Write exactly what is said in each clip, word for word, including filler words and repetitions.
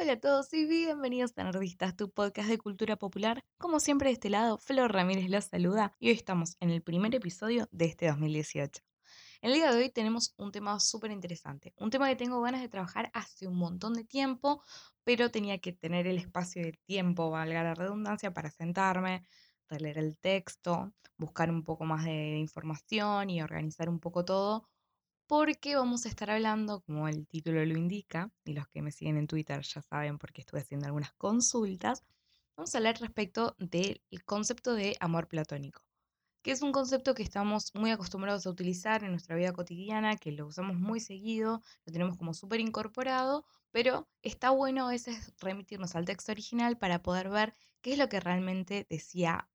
Hola a todos y bienvenidos a Nerdistas, tu podcast de cultura popular. Como siempre de este lado, Flor Ramírez los saluda y hoy estamos en el primer episodio de este dos mil dieciocho. En el día de hoy tenemos un tema súper interesante, un tema que tengo ganas de trabajar hace un montón de tiempo, pero tenía que tener el espacio y el tiempo, valga la redundancia, para sentarme, releer el texto, buscar un poco más de información y organizar un poco todo porque vamos a estar hablando, como el título lo indica, y los que me siguen en Twitter ya saben porque estuve haciendo algunas consultas, vamos a hablar respecto del concepto de amor platónico, que es un concepto que estamos muy acostumbrados a utilizar en nuestra vida cotidiana, que lo usamos muy seguido, lo tenemos como súper incorporado, pero está bueno a veces remitirnos al texto original para poder ver qué es lo que realmente decía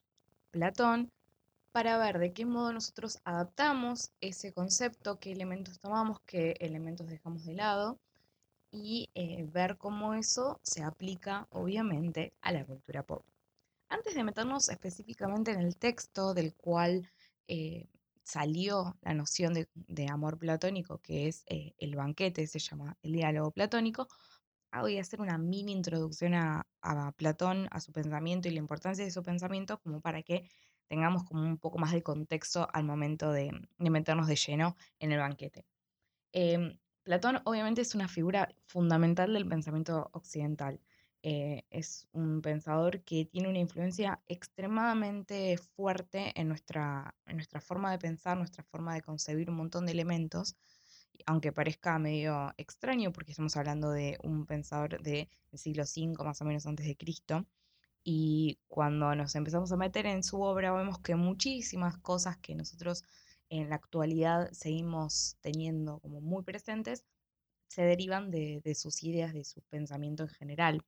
Platón para ver de qué modo nosotros adaptamos ese concepto, qué elementos tomamos, qué elementos dejamos de lado y eh, ver cómo eso se aplica obviamente a la cultura pop. Antes de meternos específicamente en el texto del cual eh, salió la noción de, de amor platónico, que es eh, el banquete, se llama el diálogo platónico, ah, voy a hacer una mini introducción a, a Platón, a su pensamiento y la importancia de su pensamiento, como para que tengamos como un poco más de contexto al momento de, de meternos de lleno en el banquete. Em, Platón obviamente es una figura fundamental del pensamiento occidental. Eh, es un pensador que tiene una influencia extremadamente fuerte en nuestra, en nuestra forma de pensar, nuestra forma de concebir un montón de elementos, aunque parezca medio extraño porque estamos hablando de un pensador del siglo cinco más o menos antes de Cristo. Y cuando nos empezamos a meter en su obra, vemos que muchísimas cosas que nosotros en la actualidad seguimos teniendo como muy presentes se derivan de, de sus ideas, de su pensamiento en general.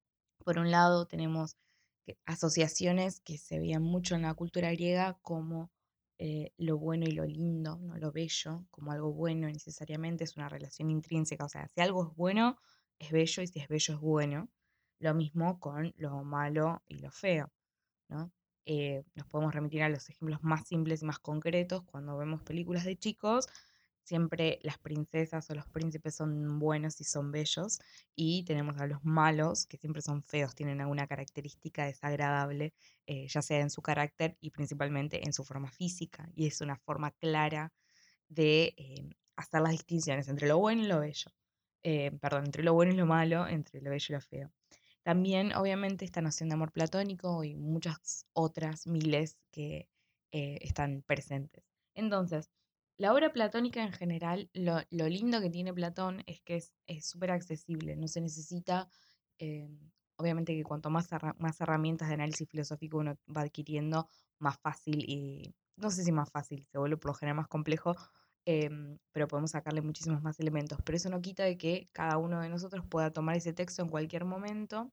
Por un lado, tenemos que- asociaciones que se veían mucho en la cultura griega como eh, lo bueno y lo lindo, no lo bello, como algo bueno necesariamente es una relación intrínseca. O sea, si algo es bueno, es bello y si es bello es bueno. Lo mismo con lo malo y lo feo, ¿no? Eh, nos podemos remitir a los ejemplos más simples y más concretos. Cuando vemos películas de chicos, siempre las princesas o los príncipes son buenos y son bellos, y tenemos a los malos, que siempre son feos, tienen alguna característica desagradable, eh, ya sea en su carácter y principalmente en su forma física, y es una forma clara de eh, hacer las distinciones entre lo bueno y lo bello. Eh, perdón, entre lo bueno y lo malo, entre lo bello y lo feo. También, obviamente, esta noción de amor platónico y muchas otras miles que eh, están presentes. Entonces, la obra platónica en general, lo, lo lindo que tiene Platón es que es es súper accesible, no se necesita, eh, obviamente que cuanto más, herra- más herramientas de análisis filosófico uno va adquiriendo, más fácil y, no sé si más fácil, se vuelve por lo general más complejo, em, pero podemos sacarle muchísimos más elementos. Pero eso no quita de que cada uno de nosotros pueda tomar ese texto en cualquier momento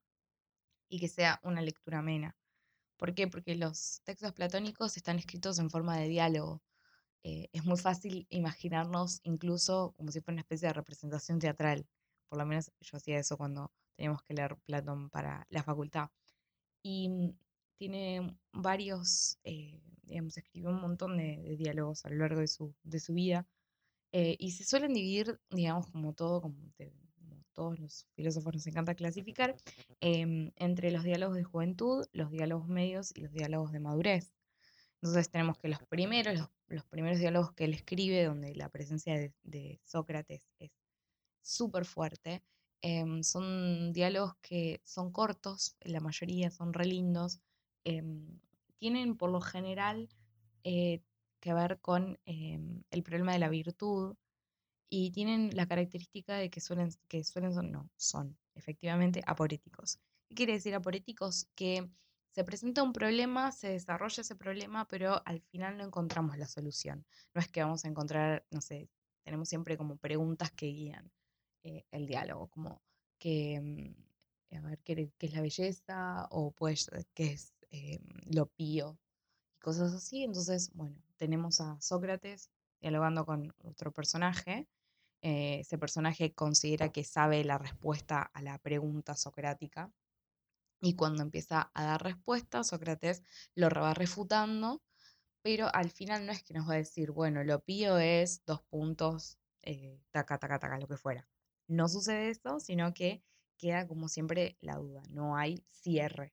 y que sea una lectura amena. ¿Por qué? Porque los textos platónicos están escritos en forma de diálogo. Eh, es muy fácil imaginarnos incluso como si fuera una especie de representación teatral. Por lo menos yo hacía eso cuando teníamos que leer Platón para la facultad. Y mm, tiene varios, eh, digamos, escribió un montón de, de diálogos a lo largo de su, de su vida, eh, y se suelen dividir, digamos, como todo, como, te- como todos los filósofos nos encanta clasificar, em, entre los diálogos de juventud, los diálogos medios y los diálogos de madurez. Entonces tenemos que los primeros, los, los primeros diálogos que él escribe, donde la presencia de, de Sócrates es súper fuerte, em, son diálogos que son cortos, la mayoría son re lindos, em, tienen por lo general eh, que ver con em, el problema de la virtud, y tienen la característica de que suelen, que suelen son, no, son efectivamente aporéticos. ¿Qué quiere decir aporéticos? Que se presenta un problema, se desarrolla ese problema, pero al final no encontramos la solución. No es que vamos a encontrar, no sé, tenemos siempre como preguntas que guían eh, el diálogo, como que, mm, a ver, ¿qué, qué es la belleza? O pues, ¿qué es eh, lo pío? Y cosas así. Entonces, bueno, tenemos a Sócrates dialogando con otro personaje. Eh, ese personaje considera que sabe la respuesta a la pregunta socrática, y cuando empieza a dar respuesta, Sócrates lo va refutando, pero al final no es que nos va a decir, bueno, lo pío es dos puntos, eh, taca, taca, taca, lo que fuera. No sucede eso, sino que queda como siempre la duda, no hay cierre.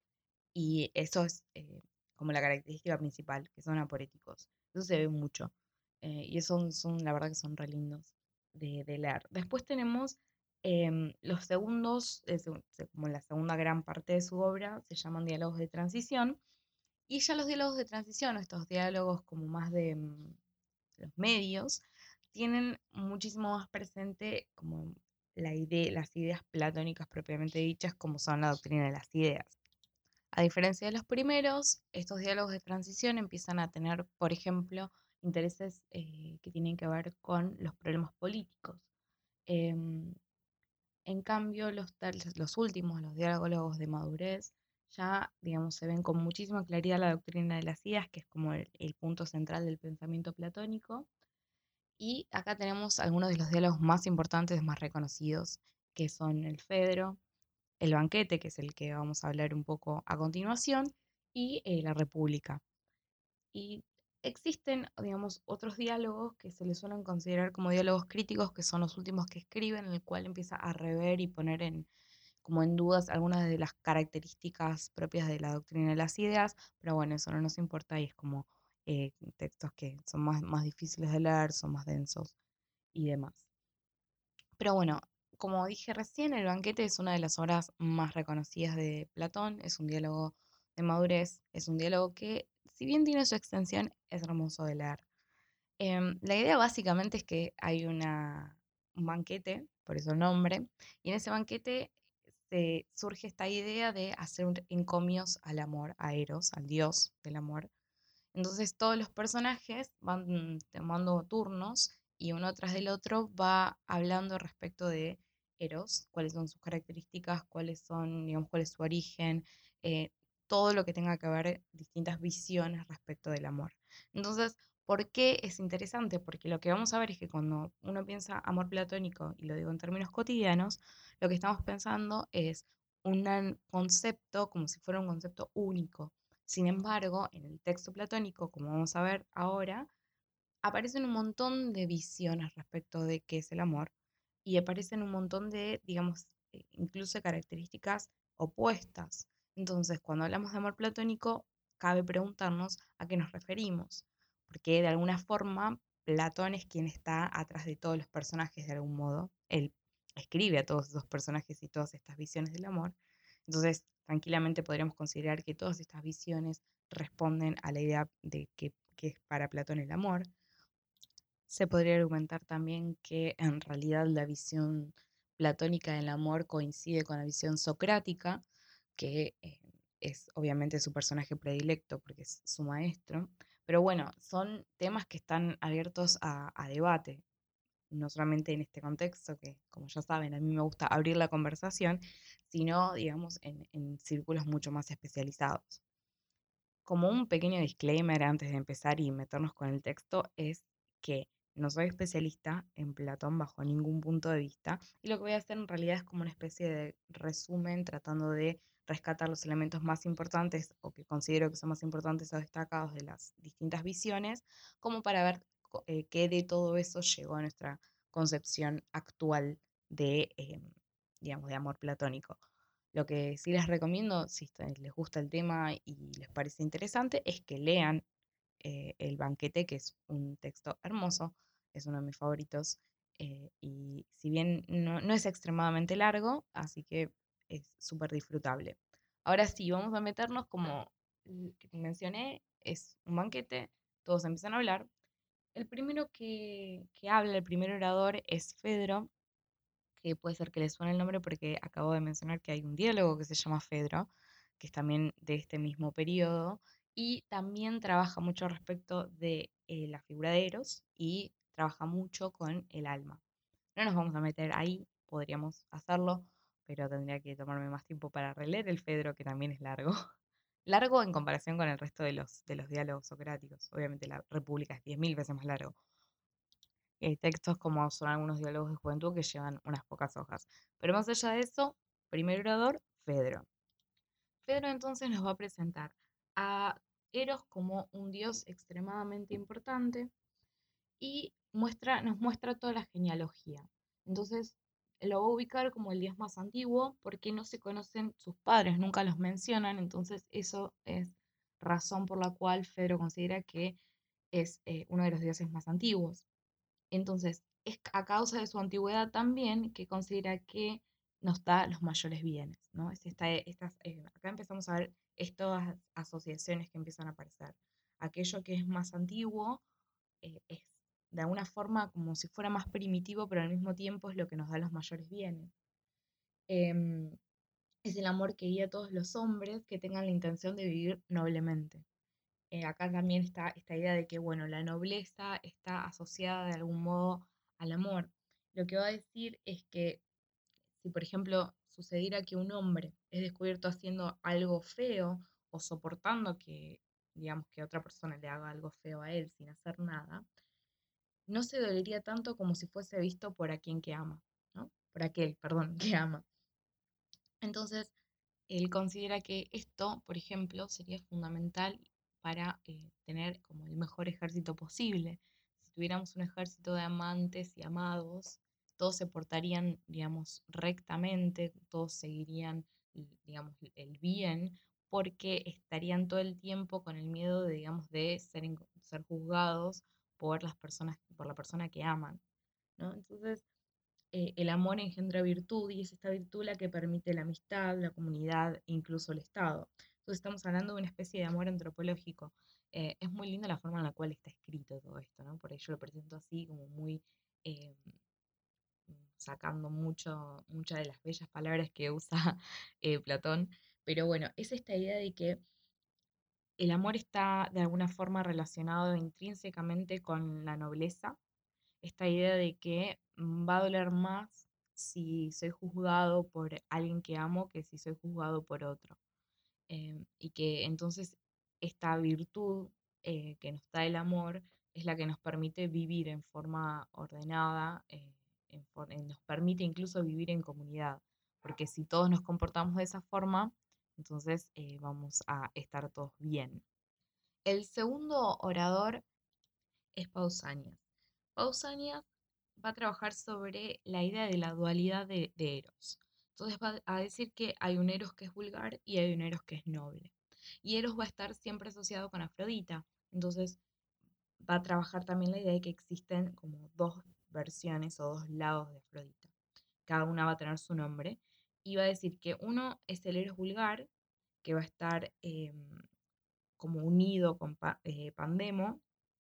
Y eso es eh, como la característica principal, que son aporéticos. Eso se ve mucho. Eh, y son, son, la verdad que son re lindos de, de leer. Después tenemos em, los segundos, eh, seg- se- como la segunda gran parte de su obra, se llaman diálogos de transición. Y ya los diálogos de transición, estos diálogos como más de mm, los medios, tienen muchísimo más presente como la idea, las ideas platónicas propiamente dichas, como son la doctrina de las ideas. A diferencia de los primeros, estos diálogos de transición empiezan a tener, por ejemplo, intereses eh, que tienen que ver con los problemas políticos. Em, en cambio, los, los últimos, los diálogos de madurez, ya, digamos, se ven con muchísima claridad la doctrina de las ideas, que es como el, el punto central del pensamiento platónico. Y acá tenemos algunos de los diálogos más importantes, más reconocidos, que son el Fedro, el banquete, que es el que vamos a hablar un poco a continuación, y eh, la República. Y existen, digamos, otros diálogos que se les suelen considerar como diálogos críticos, que son los últimos que escriben, en el cual empieza a rever y poner en, como en dudas algunas de las características propias de la doctrina de las ideas, pero bueno, eso no nos importa y es como eh, textos que son más, más difíciles de leer, son más densos y demás. Pero bueno, como dije recién, El banquete es una de las obras más reconocidas de Platón, es un diálogo de madurez, es un diálogo que, si bien tiene su extensión, es hermoso de leer. Em, la idea básicamente es que hay una, un banquete, por eso el nombre, y en ese banquete se surge esta idea de hacer un- encomios al amor, a Eros, al dios del amor. Entonces todos los personajes van tomando turnos y uno tras del otro va hablando respecto de Eros, cuáles son sus características, cuáles son, digamos, cuál es su origen, eh, todo lo que tenga que ver, distintas visiones respecto del amor. Entonces, ¿por qué es interesante? Porque lo que vamos a ver es que cuando uno piensa amor platónico, y lo digo en términos cotidianos, lo que estamos pensando es un concepto como si fuera un concepto único. Sin embargo, en el texto platónico, como vamos a ver ahora, aparecen un montón de visiones respecto de qué es el amor y aparecen un montón de, digamos, eh, incluso características opuestas. Entonces, cuando hablamos de amor platónico, cabe preguntarnos a qué nos referimos, porque de alguna forma Platón es quien está atrás de todos los personajes de algún modo. Él escribe a todos esos personajes y todas estas visiones del amor. Entonces, tranquilamente podríamos considerar que todas estas visiones responden a la idea de que, que es para Platón el amor. Se podría argumentar también que en realidad la visión platónica del amor coincide con la visión socrática, que eh, es obviamente su personaje predilecto porque es su maestro. Pero bueno, son temas que están abiertos a, a debate, no solamente en este contexto, que como ya saben, a mí me gusta abrir la conversación, sino, digamos, en, en círculos mucho más especializados. Como un pequeño disclaimer antes de empezar y meternos con el texto, es que no soy especialista en Platón bajo ningún punto de vista y lo que voy a hacer en realidad es como una especie de resumen tratando de rescatar los elementos más importantes o que considero que son más importantes o destacados de las distintas visiones, como para ver co- eh, qué de todo eso llegó a nuestra concepción actual de, eh, digamos, de amor platónico. Lo que sí les recomiendo, si está- les gusta el tema y les parece interesante, es que lean eh, El banquete, que es un texto hermoso, es uno de mis favoritos, eh, y si bien no, no es extremadamente largo, así que es súper disfrutable. Ahora sí, vamos a meternos como l- que te mencioné, es un banquete, todos empiezan a hablar. El primero que, que habla, el primer orador es Fedro, que puede ser que les suene el nombre porque acabo de mencionar que hay un diálogo que se llama Fedro, que es también de este mismo periodo, y también trabaja mucho respecto de eh, la figura de Eros y trabaja mucho con el alma. No nos vamos a meter ahí, podríamos hacerlo, pero tendría que tomarme más tiempo para releer el Fedro, que también es largo. Largo en comparación con el resto de los, de los diálogos socráticos. Obviamente la República es diez mil veces más largo. Eh, textos como son algunos diálogos de juventud que llevan unas pocas hojas. Pero más allá de eso, primer orador, Fedro. Fedro entonces nos va a presentar a Eros como un dios extremadamente importante y muestra, nos muestra toda la genealogía. Entonces, lo va a ubicar como el dios más antiguo porque no se conocen sus padres, nunca los mencionan, entonces eso es razón por la cual Fedro considera que es eh, uno de los dioses más antiguos. Entonces, es a causa de su antigüedad también que considera que nos da los mayores bienes, ¿no? Es esta, estas, eh, acá empezamos a ver estas asociaciones que empiezan a aparecer. Aquello que es más antiguo eh, es de alguna forma como si fuera más primitivo, pero al mismo tiempo es lo que nos da los mayores bienes. Em, es el amor que guía a todos los hombres que tengan la intención de vivir noblemente. Eh, acá también está esta idea de que, bueno, la nobleza está asociada de algún modo al amor. Lo que va a decir es que si, por ejemplo, sucediera que un hombre es descubierto haciendo algo feo o soportando que, digamos, que otra persona le haga algo feo a él sin hacer nada, no se dolería tanto como si fuese visto por a quien que ama, ¿no? Por aquel, perdón, que ama. Entonces, él considera que esto, por ejemplo, sería fundamental para eh, tener como el mejor ejército posible. Si tuviéramos un ejército de amantes y amados, todos se portarían, digamos, rectamente, todos seguirían, digamos, el bien, porque estarían todo el tiempo con el miedo de, digamos, de ser, ser juzgados por las personas, por la persona que aman, ¿no? Entonces, eh, el amor engendra virtud y es esta virtud la que permite la amistad, la comunidad e incluso el Estado. Entonces estamos hablando de una especie de amor antropológico. Eh, es muy linda la forma en la cual está escrito todo esto, ¿no? Por ello lo presento así, como muy eh, sacando mucho, muchas de las bellas palabras que usa eh, Platón. Pero bueno, es esta idea de que el amor está de alguna forma relacionado intrínsecamente con la nobleza, esta idea de que mm, va a doler más si soy juzgado por alguien que amo que si soy juzgado por otro. Em, y que entonces esta virtud eh, que nos da el amor es la que nos permite vivir en forma ordenada, eh, en for- eh, nos permite incluso vivir en comunidad, porque si todos nos comportamos de esa forma, entonces eh, vamos a estar todos bien. El segundo orador es Pausanias. Pausanias va a trabajar sobre la idea de la dualidad de, de Eros. Entonces va a decir que hay un Eros que es vulgar y hay un Eros que es noble. Y Eros va a estar siempre asociado con Afrodita. Entonces va a trabajar también la idea de que existen como dos versiones o dos lados de Afrodita. Cada una va a tener su nombre. Y va a decir que uno es el Eros vulgar, que va a estar eh, como unido con pa eh, Pandemo,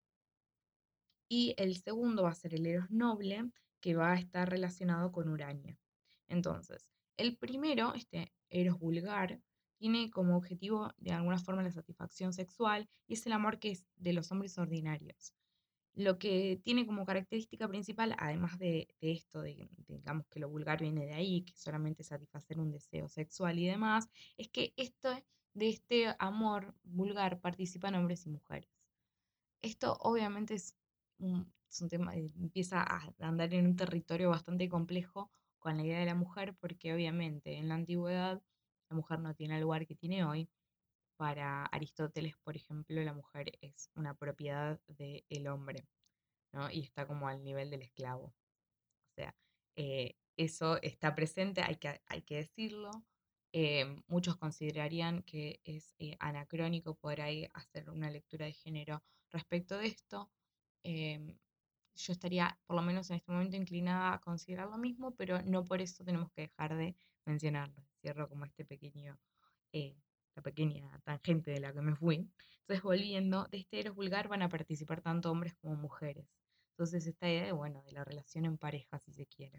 y el segundo va a ser el Eros noble, que va a estar relacionado con Urania. Entonces, el primero, este Eros vulgar, tiene como objetivo de alguna forma la satisfacción sexual y es el amor que es de los hombres ordinarios. Lo que tiene como característica principal, además de, de esto, de, de, digamos que lo vulgar viene de ahí, que solamente satisfacer un deseo sexual y demás, es que esto, de este amor vulgar participan hombres y mujeres. Esto obviamente es un, es un tema, eh, empieza a andar en un territorio bastante complejo con la idea de la mujer, porque obviamente en la antigüedad la mujer no tiene el lugar que tiene hoy. Para Aristóteles, por ejemplo, la mujer es una propiedad del hombre, ¿no? Y está como al nivel del esclavo. O sea, eh, eso está presente, hay que, hay que decirlo. Eh, muchos considerarían que es eh, anacrónico poder ahí hacer una lectura de género respecto de esto. Eh, yo estaría, por lo menos en este momento, inclinada a considerar lo mismo, pero no por eso tenemos que dejar de mencionarlo. Cierro como este pequeño, eh, la pequeña tangente de la que me fui. Entonces, volviendo, de este Eros vulgar van a participar tanto hombres como mujeres. Entonces, esta idea de, bueno, de la relación en pareja, si se quiere.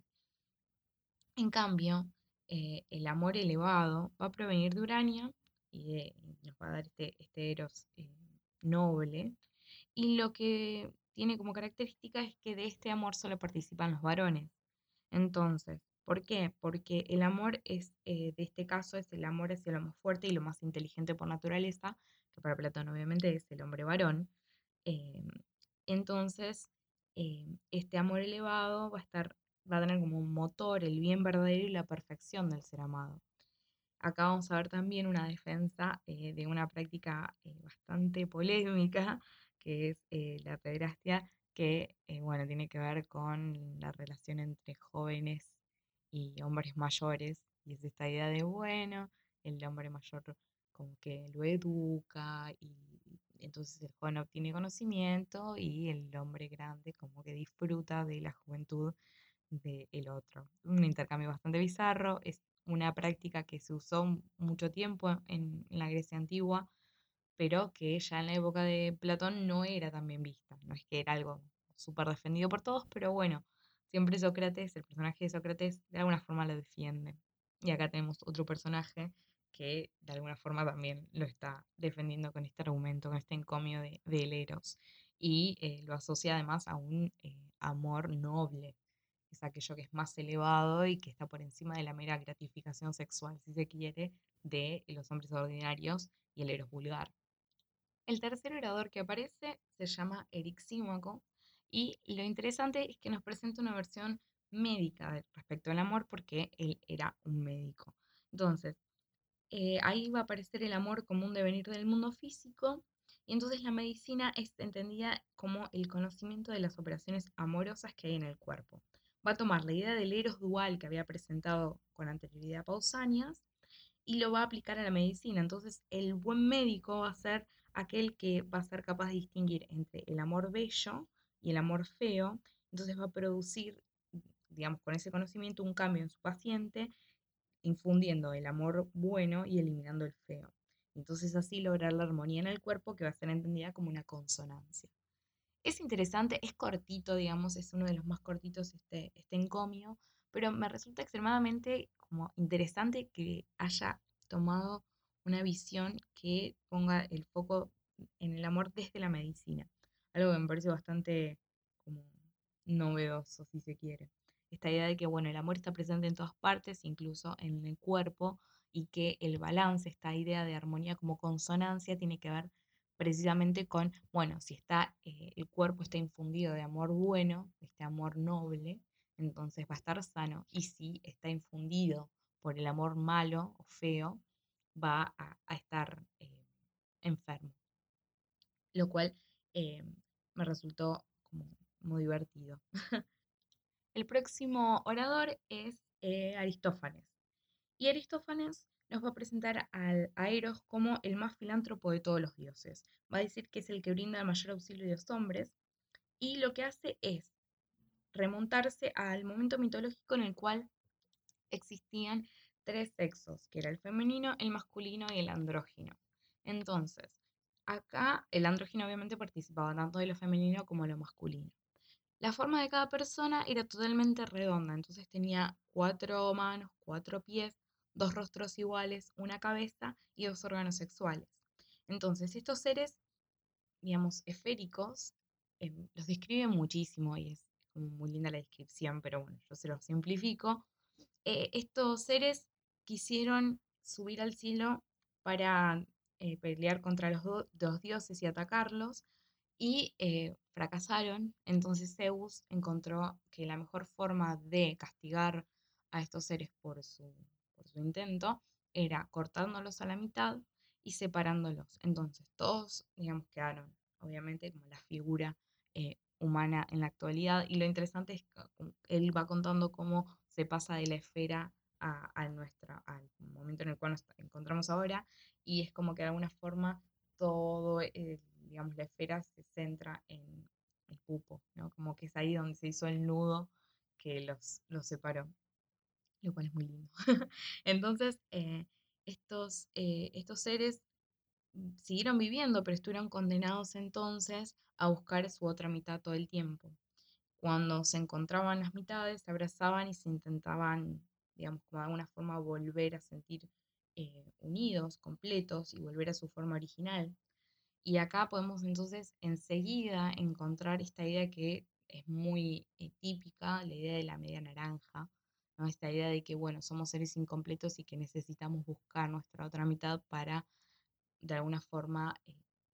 En cambio, eh, el amor elevado va a provenir de Urania y, de- y nos va a dar este, este Eros eh, noble. Y lo que tiene como característica es que de este amor solo participan los varones. Entonces, ¿por qué? Porque el amor es, eh, de este caso, es el amor hacia lo más fuerte y lo más inteligente por naturaleza, que para Platón obviamente es el hombre varón. Eh, entonces, eh, este amor elevado va a estar, va a tener como un motor el bien verdadero y la perfección del ser amado. Acá vamos a ver también una defensa eh, de una práctica eh, bastante polémica, que es eh, la pederastia, que eh, bueno, tiene que ver con la relación entre jóvenes y hombres mayores, y es esta idea de, bueno, el hombre mayor como que lo educa y entonces el joven obtiene conocimiento y el hombre grande como que disfruta de la juventud del otro. Un intercambio bastante bizarro, es una práctica que se usó mucho tiempo en, en la Grecia antigua, pero que ya en la época de Platón no era tan bien vista. No es que era algo súper defendido por todos, pero bueno, siempre Sócrates, el personaje de Sócrates, de alguna forma lo defiende. Y acá tenemos otro personaje que de alguna forma también lo está defendiendo con este argumento, con este encomio de, del Eros. Y eh, lo asocia además a un eh, amor noble, es aquello que es más elevado y que está por encima de la mera gratificación sexual, si se quiere, de los hombres ordinarios y el Eros vulgar. El tercer orador que aparece se llama Erixímaco y lo interesante es que nos presenta una versión médica de- respecto al amor porque él era un médico. Entonces, eh, ahí va a aparecer el amor como un devenir del mundo físico y entonces la medicina es entendida como el conocimiento de las operaciones amorosas que hay en el cuerpo. Va a tomar la idea del eros dual que había presentado con anterioridad Pausanias y lo va a aplicar a la medicina. Entonces, el buen médico va a ser aquel que va a ser capaz de distinguir entre el amor bello y el amor feo. Entonces, va a producir, digamos, con ese conocimiento un cambio en su paciente, infundiendo el amor bueno y eliminando el feo. Entonces, así lograr la armonía en el cuerpo que va a ser entendida como una consonancia. Es interesante, es cortito, digamos, es uno de los más cortitos este, este encomio, pero me resulta extremadamente como interesante que haya tomado una visión que ponga el foco en el amor desde la medicina. Algo que me parece bastante como novedoso, si se quiere. Esta idea de que, bueno, el amor está presente en todas partes, incluso en el cuerpo, y que el balance, esta idea de armonía como consonancia, tiene que ver precisamente con, bueno, si está, eh, el cuerpo está infundido de amor bueno, este amor noble, entonces va a estar sano, y si está infundido por el amor malo o feo, va a, a estar eh, enfermo, lo cual eh, me resultó como muy divertido. El próximo orador es eh, Aristófanes. Y Aristófanes nos va a presentar al a Eros como el más filántropo de todos los dioses. Va a decir que es el que brinda el mayor auxilio de los hombres y lo que hace es remontarse al momento mitológico en el cual existían tres sexos, que era el femenino, el masculino y el andrógino. Entonces, acá el andrógino obviamente participaba tanto de lo femenino como de lo masculino. La forma de cada persona era totalmente redonda, entonces tenía cuatro manos, cuatro pies, dos rostros iguales, una cabeza y dos órganos sexuales. Entonces, estos seres, digamos, esféricos, eh, los describe muchísimo y es como muy linda la descripción, pero bueno, yo se los simplifico. Eh, estos seres quisieron subir al cielo para eh, pelear contra los, do- los dioses y atacarlos, y eh, fracasaron. Entonces Zeus encontró que la mejor forma de castigar a estos seres por su, por su intento era cortándolos a la mitad y separándolos. Entonces todos, digamos, quedaron, obviamente, como la figura eh, humana en la actualidad. Y lo interesante es que él va contando cómo se pasa de la esfera a, a nuestra, al momento en el cual nos encontramos ahora, y es como que de alguna forma todo, eh, digamos, la esfera se centra en el pupo, ¿no? Como que es ahí donde se hizo el nudo que los, los separó, lo cual es muy lindo. Entonces, eh, estos, eh, estos seres siguieron viviendo, pero estuvieron condenados entonces a buscar su otra mitad todo el tiempo. Cuando se encontraban las mitades, se abrazaban y se intentaban, digamos, como de alguna forma volver a sentir eh, unidos, completos y volver a su forma original. Y acá podemos entonces enseguida encontrar esta idea que es muy eh, típica, la idea de la media naranja, ¿no? Esta idea de que, bueno, somos seres incompletos y que necesitamos buscar nuestra otra mitad para, de alguna forma, eh,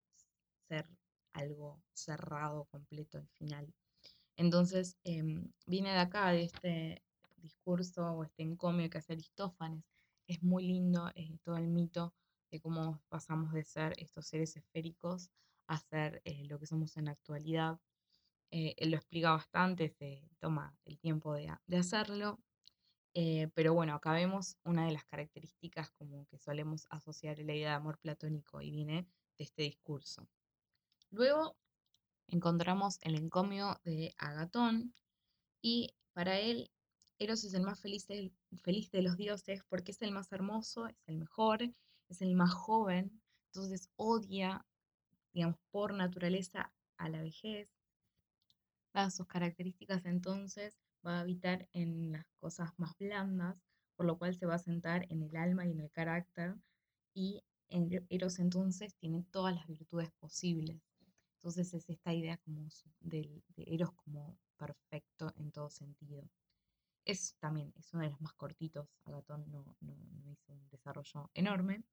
ser algo cerrado, completo al final. Entonces, em, viene de acá, de este discurso o este encomio que hace Aristófanes. Es muy lindo eh, todo el mito de cómo pasamos de ser estos seres esféricos a ser eh, lo que somos en la actualidad. Eh, él lo explica bastante, se toma el tiempo de, de hacerlo. Eh, pero bueno, acá vemos una de las características como que solemos asociar a la idea de amor platónico y viene de este discurso. Luego encontramos el encomio de Agatón y para él Eros es el más feliz, del- feliz de los dioses porque es el más hermoso, es el mejor, es el más joven, entonces odia, digamos, por naturaleza a la vejez. Dadas sus características, entonces va a habitar en las cosas más blandas, por lo cual se va a sentar en el alma y en el carácter, y en Eros entonces tiene todas las virtudes posibles. Entonces es esta idea como su- del- de Eros como perfecto en todo sentido. Es también, es uno de los más cortitos, Agatón no, no, no hizo un desarrollo enorme.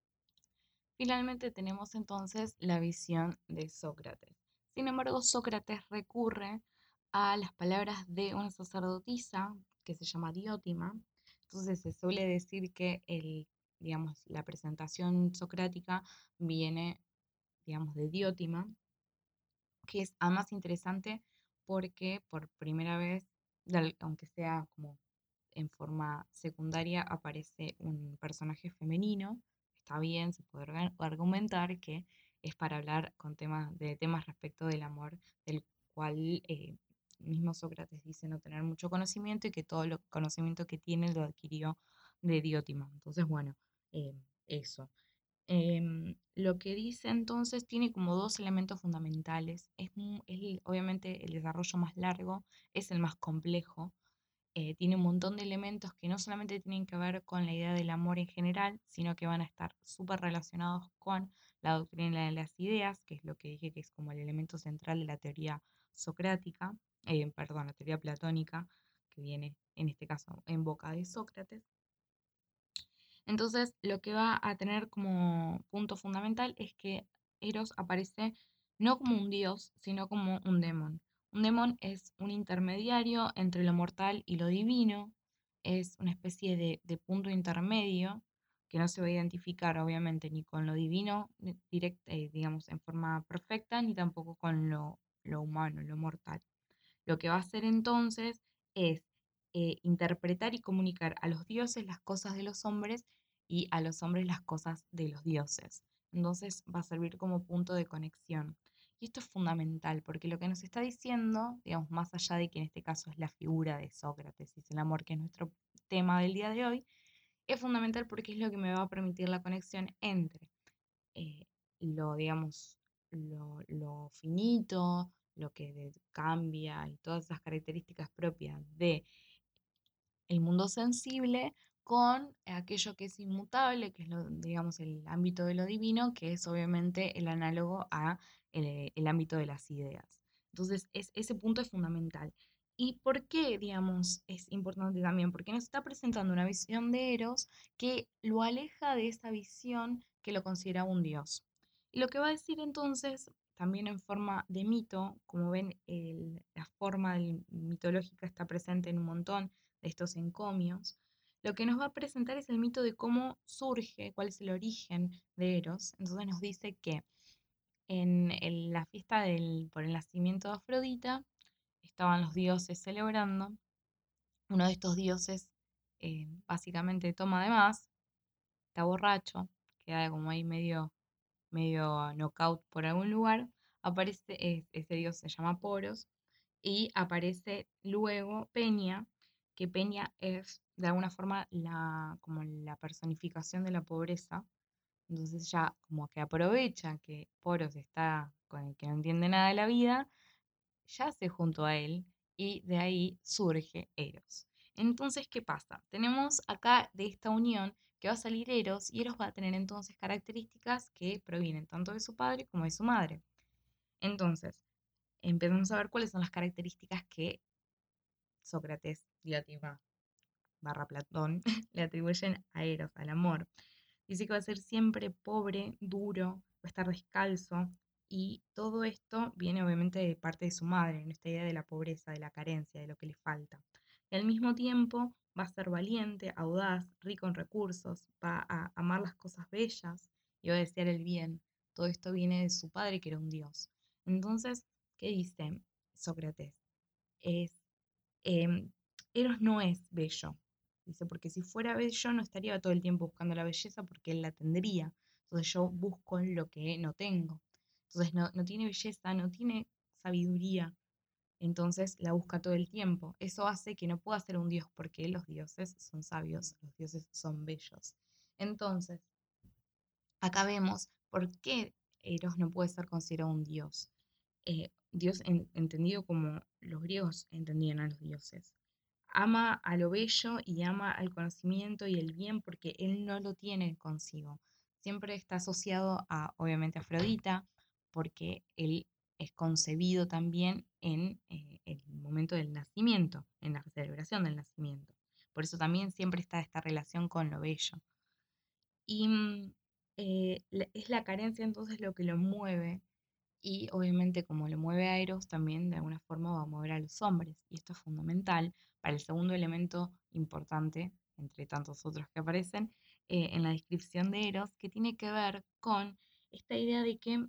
Finalmente tenemos entonces la visión de Sócrates. Sin embargo, Sócrates recurre a las palabras de una sacerdotisa que se llama Diótima. Entonces se suele decir que el, digamos, la presentación socrática viene, digamos, de Diótima, que es además interesante porque por primera vez, aunque sea como en forma secundaria, aparece un personaje femenino. Está bien, se puede argumentar que es para hablar con temas, de temas respecto del amor, del cual eh, mismo Sócrates dice no tener mucho conocimiento y que todo el conocimiento que tiene lo adquirió de Diótima. Entonces, bueno, eh, eso. Em, lo que dice entonces tiene como dos elementos fundamentales. Es, mu- es el- obviamente el desarrollo más largo, es el más complejo. Eh, tiene un montón de elementos que no solamente tienen que ver con la idea del amor en general, sino que van a estar súper relacionados con la doctrina de las ideas, que es lo que dije que es como el elemento central de la teoría socrática, eh, perdón, la teoría platónica, que viene en este caso en boca de Sócrates. Entonces, lo que va a tener como punto fundamental es que Eros aparece no como un dios, sino como un demon. Un demon es un intermediario entre lo mortal y lo divino, es una especie de, de punto intermedio que no se va a identificar obviamente ni con lo divino, direct, eh, digamos, en forma perfecta, ni tampoco con lo, lo humano, lo mortal. Lo que va a hacer entonces es eh, interpretar y comunicar a los dioses las cosas de los hombres y a los hombres las cosas de los dioses. Entonces va a servir como punto de conexión. Y esto es fundamental porque lo que nos está diciendo, digamos, más allá de que en este caso es la figura de Sócrates y es el amor que es nuestro tema del día de hoy, es fundamental porque es lo que me va a permitir la conexión entre eh, lo, digamos, lo, lo finito, lo que de- cambia y todas esas características propias de el mundo sensible con aquello que es inmutable, que es lo, digamos, el ámbito de lo divino, que es obviamente el análogo a el, el ámbito de las ideas. Entonces, es, ese punto es fundamental. ¿Y por qué, digamos, es importante también? Porque nos está presentando una visión de Eros que lo aleja de esa visión que lo considera un dios. Y lo que va a decir entonces, también en forma de mito, como ven, el- la forma del- mitológica está presente en un montón de estos encomios, lo que nos va a presentar es el mito de cómo surge, cuál es el origen de Eros. Entonces nos dice que en el- la fiesta del, por el nacimiento de Afrodita estaban los dioses celebrando. Uno de estos dioses eh, básicamente toma de más, está borracho, queda como ahí medio, medio knockout por algún lugar. Aparece, eh, ese dios se llama Poros, y aparece luego Peña, que Peña es de alguna forma la, como la personificación de la pobreza. Entonces ya como que aprovecha que Poros está con el que no entiende nada de la vida, yace junto a él y de ahí surge Eros. Entonces, ¿qué pasa? Tenemos acá de esta unión que va a salir Eros y Eros va a tener entonces características que provienen tanto de su padre como de su madre. Entonces, empezamos a ver cuáles son las características que Sócrates, Diótima barra Platón le atribuyen a Eros, al amor. Dice que va a ser siempre pobre, duro, va a estar descalzo, y todo esto viene obviamente de parte de su madre, en esta idea de la pobreza, de la carencia, de lo que le falta. Y al mismo tiempo va a ser valiente, audaz, rico en recursos, va a amar las cosas bellas y va a desear el bien. Todo esto viene de su padre, que era un dios. Entonces, ¿qué dice Sócrates? Es, em, Eros no es bello, Dice, porque si fuera bello no estaría todo el tiempo buscando la belleza porque él la tendría. Entonces yo busco lo que no tengo. Entonces no, no tiene belleza, no tiene sabiduría. Entonces la busca todo el tiempo. Eso hace que no pueda ser un dios porque los dioses son sabios, los dioses son bellos. Entonces, acá vemos por qué Eros no puede ser considerado un dios. Eh, Dios en- entendido como los griegos entendían a los dioses. Ama a lo bello y ama al conocimiento y el bien porque él no lo tiene consigo. Siempre está asociado a, obviamente, a Afrodita, porque él es concebido también en eh, el momento del nacimiento, en la celebración del nacimiento. Por eso también siempre está esta relación con lo bello. Y mm, eh, la- es la carencia entonces lo que lo mueve y obviamente como lo mueve a Eros, también de alguna forma va a mover a los hombres. Y esto es fundamental para el segundo elemento importante, entre tantos otros que aparecen, eh, en la descripción de Eros, que tiene que ver con esta idea de que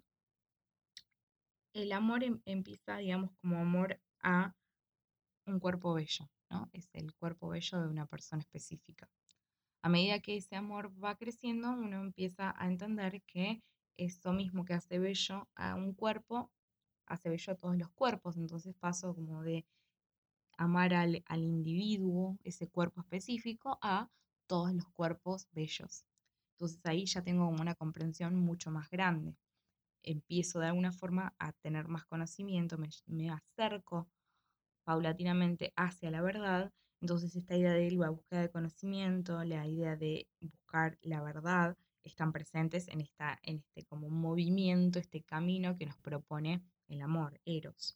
el amor em- empieza, digamos, como amor a un cuerpo bello, ¿no? Es el cuerpo bello de una persona específica. A medida que ese amor va creciendo, uno empieza a entender que eso mismo que hace bello a un cuerpo, hace bello a todos los cuerpos. Entonces paso como de amar al, al individuo, ese cuerpo específico, a todos los cuerpos bellos. Entonces ahí ya tengo como una comprensión mucho más grande. Empiezo de alguna forma a tener más conocimiento, me, me acerco paulatinamente hacia la verdad. Entonces esta idea de la búsqueda de conocimiento, la idea de buscar la verdad, están presentes en, esta, en este como movimiento, este camino que nos propone el amor, Eros.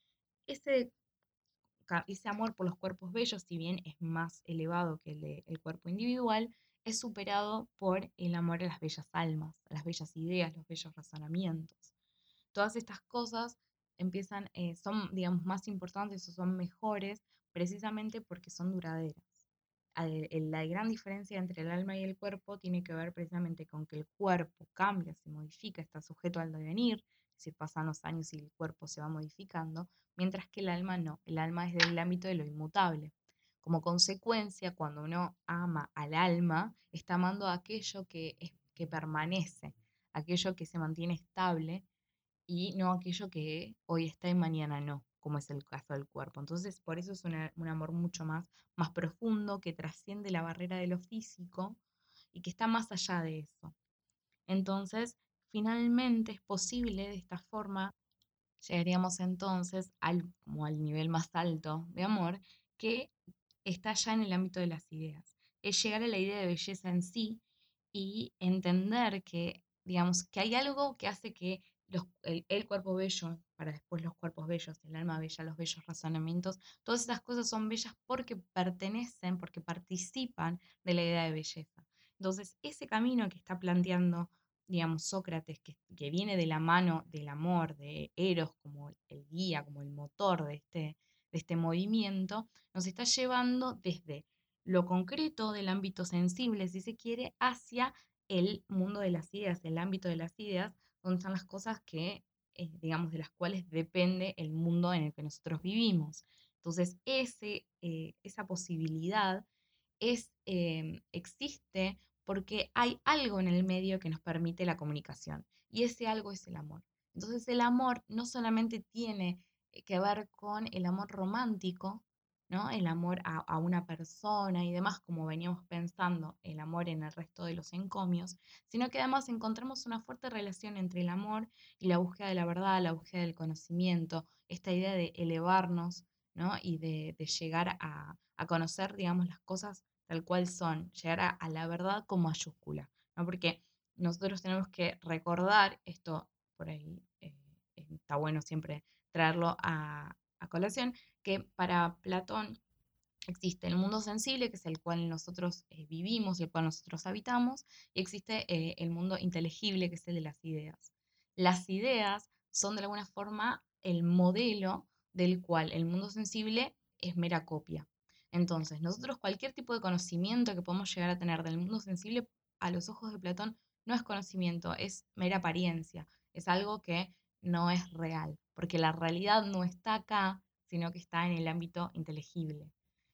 Ese, ese amor por los cuerpos bellos, si bien es más elevado que el del cuerpo individual, es superado por el amor a las bellas almas, a las bellas ideas, los bellos razonamientos. Todas estas cosas empiezan, eh, son, digamos, más importantes o son mejores precisamente porque son duraderas. El- el- La gran diferencia entre el alma y el cuerpo tiene que ver precisamente con que el cuerpo cambia, se modifica, está sujeto al devenir, es decir, pasan los años y el cuerpo se va modificando, mientras que el alma no, el alma es del ámbito de lo inmutable. Como consecuencia, cuando uno ama al alma, está amando a aquello que, es, que permanece, aquello que se mantiene estable y no aquello que hoy está y mañana no, como es el caso del cuerpo. Entonces, por eso es una- un amor mucho más, más profundo, que trasciende la barrera de lo físico y que está más allá de eso. Entonces, finalmente es posible de esta forma, llegaríamos entonces al, como al nivel más alto de amor, que está ya en el ámbito de las ideas. Es llegar a la idea de belleza en sí y entender que, digamos, que hay algo que hace que los- el, el cuerpo bello, para después los cuerpos bellos, el alma bella, los bellos razonamientos, todas esas cosas son bellas porque pertenecen, porque participan de la idea de belleza. Entonces, ese camino que está planteando, digamos, Sócrates, que, que viene de la mano del amor, de Eros como el guía, como el motor de este, de este movimiento, nos está llevando desde lo concreto del ámbito sensible, si se quiere, hacia el mundo de las ideas, el ámbito de las ideas, donde están las cosas que, eh, digamos, de las cuales depende el mundo en el que nosotros vivimos. Entonces, ese, eh, esa posibilidad es, eh, existe porque hay algo en el medio que nos permite la comunicación, y ese algo es el amor. Entonces, el amor no solamente tiene eh, que ver con el amor romántico, ¿no? El amor a, a una persona y demás, como veníamos pensando, el amor en el resto de los encomios, sino que además encontramos una fuerte relación entre el amor y la búsqueda de la verdad, la búsqueda del conocimiento, esta idea de elevarnos, ¿no? Y de, de llegar a, a conocer, digamos, las cosas tal cual son, llegar a, a la verdad con mayúscula, ¿no? Porque nosotros tenemos que recordar esto, por ahí eh, está bueno siempre traerlo a, a colación, que para Platón existe el mundo sensible, que es el cual nosotros eh, vivimos y el cual nosotros habitamos, y existe eh, el mundo inteligible, que es el de las ideas. Las ideas son de alguna forma el modelo del cual el mundo sensible es mera copia. Entonces, nosotros cualquier tipo de conocimiento que podamos llegar a tener del mundo sensible, a los ojos de Platón, no es conocimiento, es mera apariencia, es algo que no es real, porque la realidad no está acá, sino que está en el ámbito inteligible.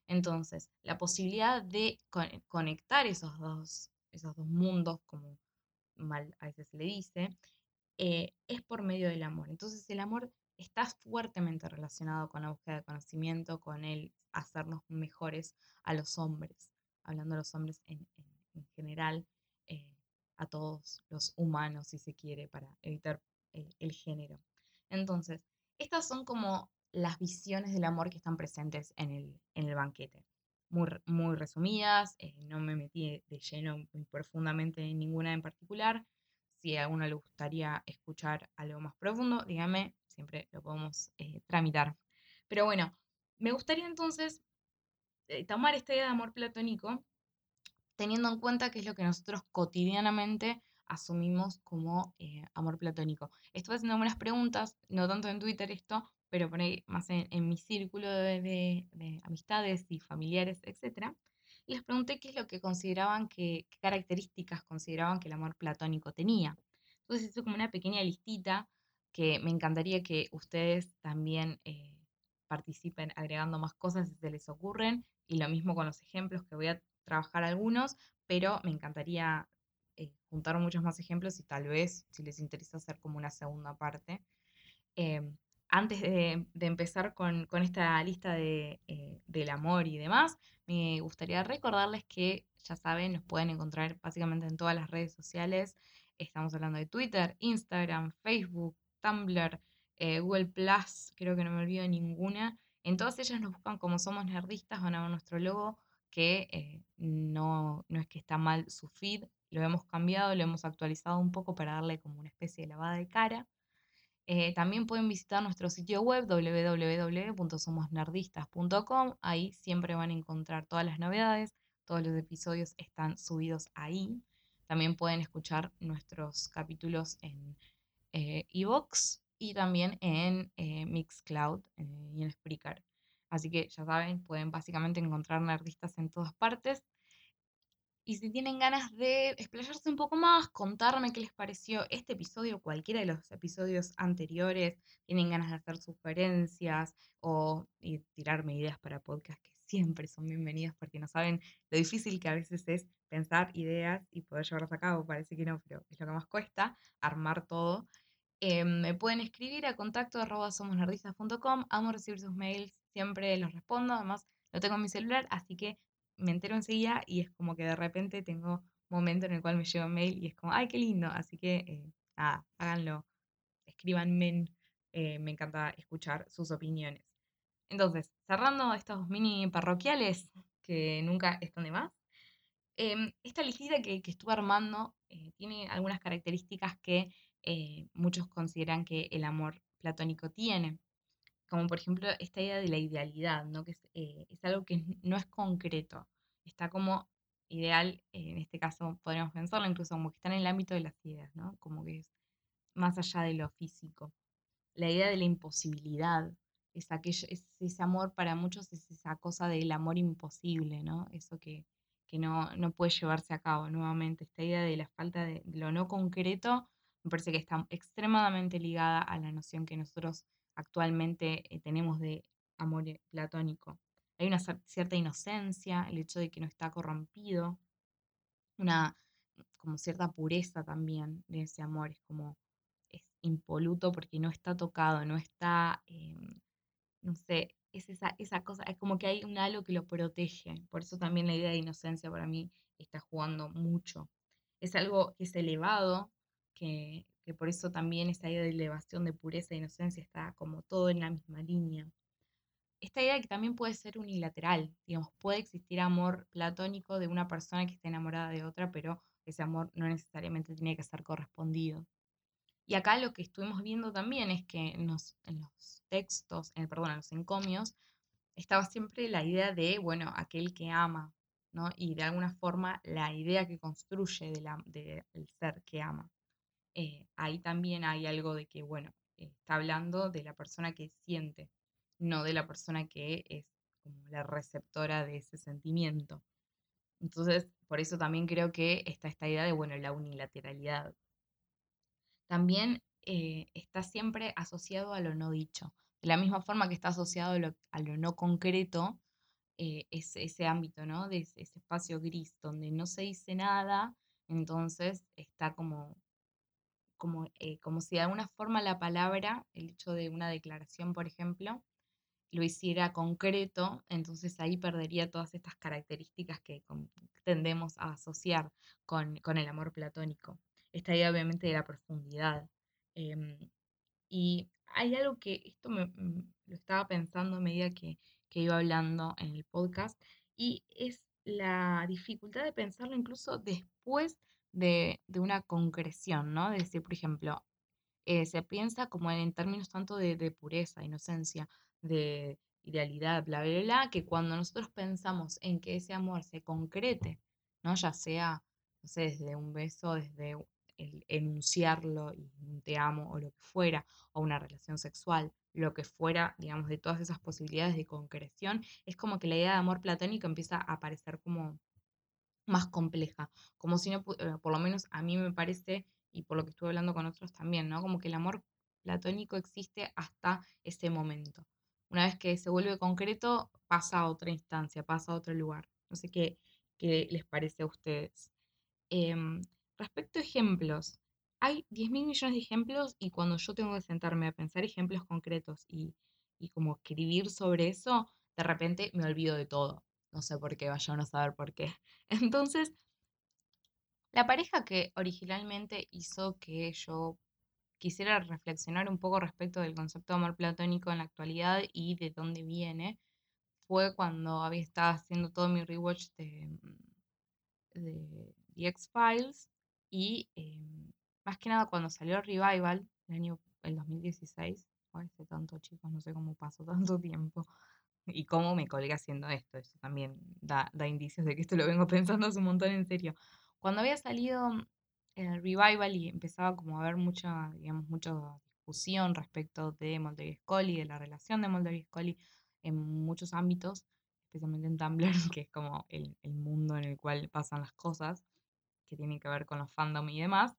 Entonces, la posibilidad de con- conectar esos dos, esos dos mundos, como mal a veces se le dice, eh, es por medio del amor. Entonces el amor está fuertemente relacionado con la búsqueda de conocimiento, con el hacernos mejores a los hombres, hablando de los hombres en, en- en general, eh, a todos los humanos, si se quiere, para evitar eh, el género. Entonces, estas son como las visiones del amor que están presentes en el, en el banquete. Muy, re- muy resumidas, eh, no me metí de lleno muy profundamente en ninguna en particular. Si a alguno le gustaría escuchar algo más profundo, dígame, siempre lo podemos eh, tramitar. Pero bueno, me gustaría entonces eh, tomar esta idea de amor platónico teniendo en cuenta que es lo que nosotros cotidianamente asumimos como eh, amor platónico. Estuve haciendo algunas preguntas, no tanto en Twitter esto, pero por ahí más en, en mi círculo de, de- de amistades y familiares, etcétera. Y les pregunté qué es lo que consideraban que, qué características consideraban que el amor platónico tenía. Entonces hice como una pequeña listita que me encantaría que ustedes también eh, participen agregando más cosas si se les ocurren. Y lo mismo con los ejemplos que voy a trabajar algunos, pero me encantaría eh, juntar muchos más ejemplos y tal vez, si les interesa, hacer como una segunda parte. Eh, Antes de, de empezar con, con, esta lista de, eh, del amor y demás, me gustaría recordarles que, ya saben, nos pueden encontrar básicamente en todas las redes sociales. Estamos hablando de Twitter, Instagram, Facebook, Tumblr, eh, Google Plus, creo que no me olvido ninguna. En todas ellas nos buscan como Somos Nerdistas, van a ver nuestro logo, que eh, no, no es que está mal su feed, lo hemos cambiado, lo hemos actualizado un poco para darle como una especie de lavada de cara. Eh, también pueden visitar nuestro sitio web w w w punto somos nerdistas punto com. Ahí siempre van a encontrar todas las novedades. Todos los episodios están subidos ahí. También pueden escuchar nuestros capítulos en eh, iVoox y también en eh, Mixcloud eh, y en Spreaker. Así que ya saben, pueden básicamente encontrar nerdistas en todas partes. Y si tienen ganas de explayarse un poco más, contarme qué les pareció este episodio, cualquiera de los episodios anteriores, tienen ganas de hacer sugerencias o y tirarme ideas para podcast que siempre son bienvenidas porque no saben lo difícil que a veces es pensar ideas y poder llevarlas a cabo. Parece que no, pero es lo que más cuesta, armar todo. Eh, me pueden escribir a contacto arroba somosnerdistas punto com. Amo recibir sus mails, siempre los respondo. Además, lo tengo en mi celular, así que me entero enseguida y es como que de repente tengo un momento en el cual me llega un mail y es como, ¡ay, qué lindo! Así que, eh, nada, háganlo, escríbanme, eh, me encanta escuchar sus opiniones. Entonces, cerrando estos mini parroquiales que nunca están de más, em, esta listita que, que estuve armando eh, tiene algunas características que eh, muchos consideran que el amor platónico tiene, como por ejemplo esta idea de la idealidad, ¿no? Que es, eh, es algo que no es concreto, está como ideal, eh, en este caso podríamos pensarlo incluso como que está en el ámbito de las ideas, ¿no? Como que es más allá de lo físico. La idea de la imposibilidad, es, aquello, es ese amor para muchos, es esa cosa del amor imposible, ¿no? Eso que, que no, no puede llevarse a cabo nuevamente. Esta idea de la falta de, de lo no concreto me parece que está extremadamente ligada a la noción que nosotros actualmente eh, tenemos de amor eh, platónico. Hay una cer- cierta inocencia, el hecho de que no está corrompido, una como cierta pureza también de ese amor, es como es impoluto porque no está tocado, no está, eh, no sé, es esa, esa cosa, es como que hay un halo que lo protege, por eso también la idea de inocencia para mí está jugando mucho. Es algo que es elevado, que, que por eso también esa idea de elevación de pureza e inocencia está como todo en la misma línea. Esta idea que también puede ser unilateral, digamos, puede existir amor platónico de una persona que está enamorada de otra, pero ese amor no necesariamente tiene que ser correspondido. Y acá lo que estuvimos viendo también es que en los, en los textos, en, perdón, en los encomios, estaba siempre la idea de, bueno, aquel que ama, ¿no? Y de alguna forma la idea que construye del de el ser que ama. Eh, ahí también hay algo de que, bueno, eh, está hablando de la persona que siente, no de la persona que es como la receptora de ese sentimiento. Entonces, por eso también creo que está esta idea de, bueno, la unilateralidad. También eh, está siempre asociado a lo no dicho. De la misma forma que está asociado a lo, a lo no concreto, eh, ese, ese ámbito, ¿no? De ese, ese espacio gris donde no se dice nada, entonces está como, como, eh, como si de alguna forma la palabra, el hecho de una declaración, por ejemplo, lo hiciera concreto, entonces ahí perdería todas estas características que con- tendemos a asociar con, con el amor platónico. Esta idea obviamente de la profundidad. Em, y hay algo que esto me, mm, lo estaba pensando a medida que, que iba hablando en el podcast, y es la dificultad de pensarlo incluso después de, de una concreción, ¿no? De decir, por ejemplo, eh, se piensa como en, en términos tanto de, de pureza, inocencia, de idealidad, bla, bla, bla, que cuando nosotros pensamos en que ese amor se concrete, ¿no? Ya sea, no sé, desde un beso, desde el enunciarlo y un te amo o lo que fuera, o una relación sexual, lo que fuera, digamos, de todas esas posibilidades de concreción, es como que la idea de amor platónico empieza a aparecer como más compleja, como si no, pu- eh, por lo menos a mí me parece, y por lo que estuve hablando con otros también, ¿no? Como que el amor platónico existe hasta ese momento. Una vez que se vuelve concreto, pasa a otra instancia, pasa a otro lugar. No sé qué, qué les parece a ustedes. Em, Respecto a ejemplos, hay diez mil millones de ejemplos y cuando yo tengo que sentarme a pensar ejemplos concretos y, y como escribir sobre eso, de repente me olvido de todo. No sé por qué, vaya uno a saber por qué. Entonces, la pareja que originalmente hizo que yo quisiera reflexionar un poco respecto del concepto de amor platónico en la actualidad y de dónde viene, fue cuando había estado haciendo todo mi rewatch de, de The X-Files y eh, más que nada cuando salió Revival, el año el dos mil dieciséis, o hace tanto chicos, no sé cómo pasó tanto tiempo y cómo me colgué haciendo esto, eso también da, da indicios de que esto lo vengo pensando hace un montón en serio. Cuando había salido el Revival y empezaba como a haber mucha, digamos, mucha discusión respecto de Mulder y Scully, de la relación de Mulder y Scully en muchos ámbitos, especialmente en Tumblr, que es como el, el mundo en el cual pasan las cosas, que tienen que ver con los fandom y demás,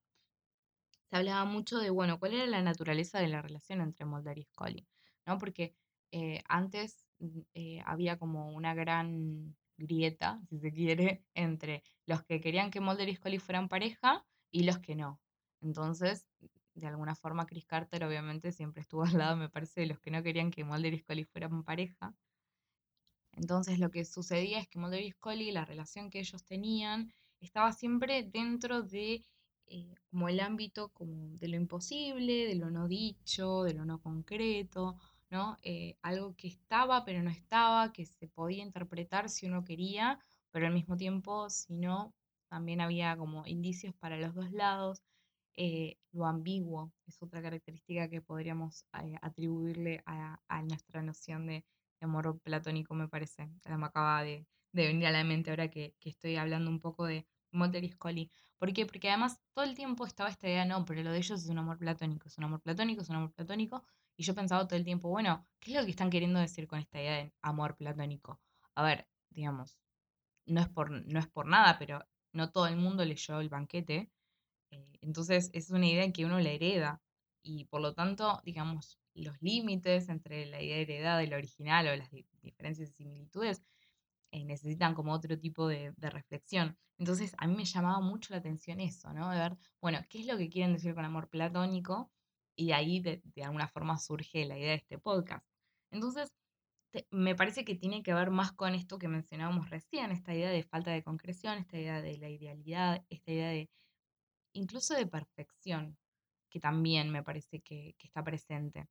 se hablaba mucho de, bueno, cuál era la naturaleza de la relación entre Mulder y Scully, ¿no? Porque eh, antes mm, eh, había como una gran grieta, si se quiere, entre los que querían que Mulder y Scully fueran pareja y los que no. Entonces, de alguna forma, Chris Carter obviamente siempre estuvo al lado, me parece, de los que no querían que Mulder y Scully fueran pareja. Entonces lo que sucedía es que Mulder y Scully, la relación que ellos tenían, estaba siempre dentro de eh, como el ámbito como de lo imposible, de lo no dicho, de lo no concreto, ¿no? Eh, algo que estaba pero no estaba, que se podía interpretar si uno quería, pero al mismo tiempo, si no, también había como indicios para los dos lados. Eh, lo ambiguo es otra característica que podríamos eh, atribuirle a, a nuestra noción de de amor platónico, me parece. Eh, Me acaba de, de venir a la mente ahora que, que estoy hablando un poco de Mulder y Scully. ¿Por qué? Porque además todo el tiempo estaba esta idea, no, pero lo de ellos es un amor platónico, es un amor platónico, es un amor platónico. Y yo pensaba todo el tiempo, bueno, ¿qué es lo que están queriendo decir con esta idea de amor platónico? A ver, digamos, no es por, no es por nada, pero no todo el mundo leyó El Banquete, eh, entonces es una idea que uno la hereda y por lo tanto, digamos, los límites entre la idea heredada y la original o las di- diferencias y similitudes eh, necesitan como otro tipo de, de reflexión. Entonces a mí me llamaba mucho la atención eso, ¿no? De ver, bueno, ¿qué es lo que quieren decir con amor platónico? Y de ahí de, de alguna forma surge la idea de este podcast. Entonces, te- me parece que tiene que ver más con esto que mencionábamos recién, esta idea de falta de concreción, esta idea de la idealidad, esta idea de incluso de perfección, que también me parece que, que está presente.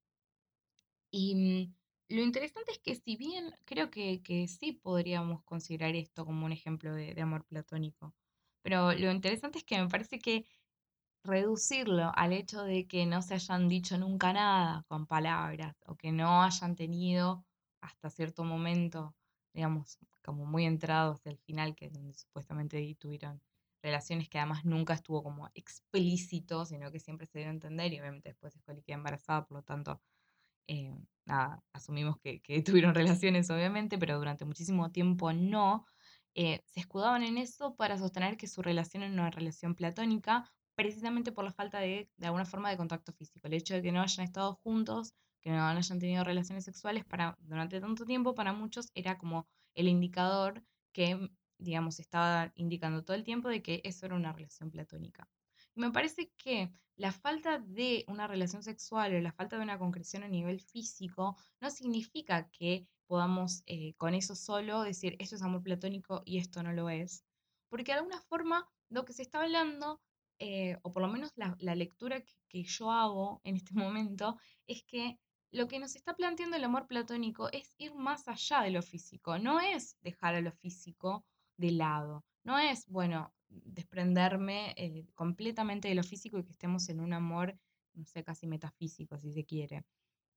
Y mm, lo interesante es que si bien creo que, que sí podríamos considerar esto como un ejemplo de, de amor platónico, pero lo interesante es que me parece que reducirlo al hecho de que no se hayan dicho nunca nada con palabras o que no hayan tenido hasta cierto momento, digamos, como muy entrados del final, que es donde supuestamente ahí tuvieron relaciones que además nunca estuvo como explícito, sino que siempre se dio a entender y obviamente después Scully queda embarazada, por lo tanto, eh, nada, asumimos que, que tuvieron relaciones obviamente, pero durante muchísimo tiempo no. Eh, se escudaban en eso para sostener que su relación era una relación platónica, precisamente por la falta de, de alguna forma de contacto físico. El hecho de que no hayan estado juntos, que no hayan tenido relaciones sexuales para, durante tanto tiempo, para muchos era como el indicador que, digamos, estaba indicando todo el tiempo de que eso era una relación platónica. Y me parece que la falta de una relación sexual o la falta de una concreción a nivel físico no significa que podamos eh, con eso solo decir esto es amor platónico y esto no lo es. Porque de alguna forma lo que se está hablando, eh, o por lo menos la, la lectura que, que yo hago en este momento, es que lo que nos está planteando el amor platónico es ir más allá de lo físico, no es dejar a lo físico de lado, no es, bueno, desprenderme eh, completamente de lo físico y que estemos en un amor, no sé, casi metafísico, si se quiere.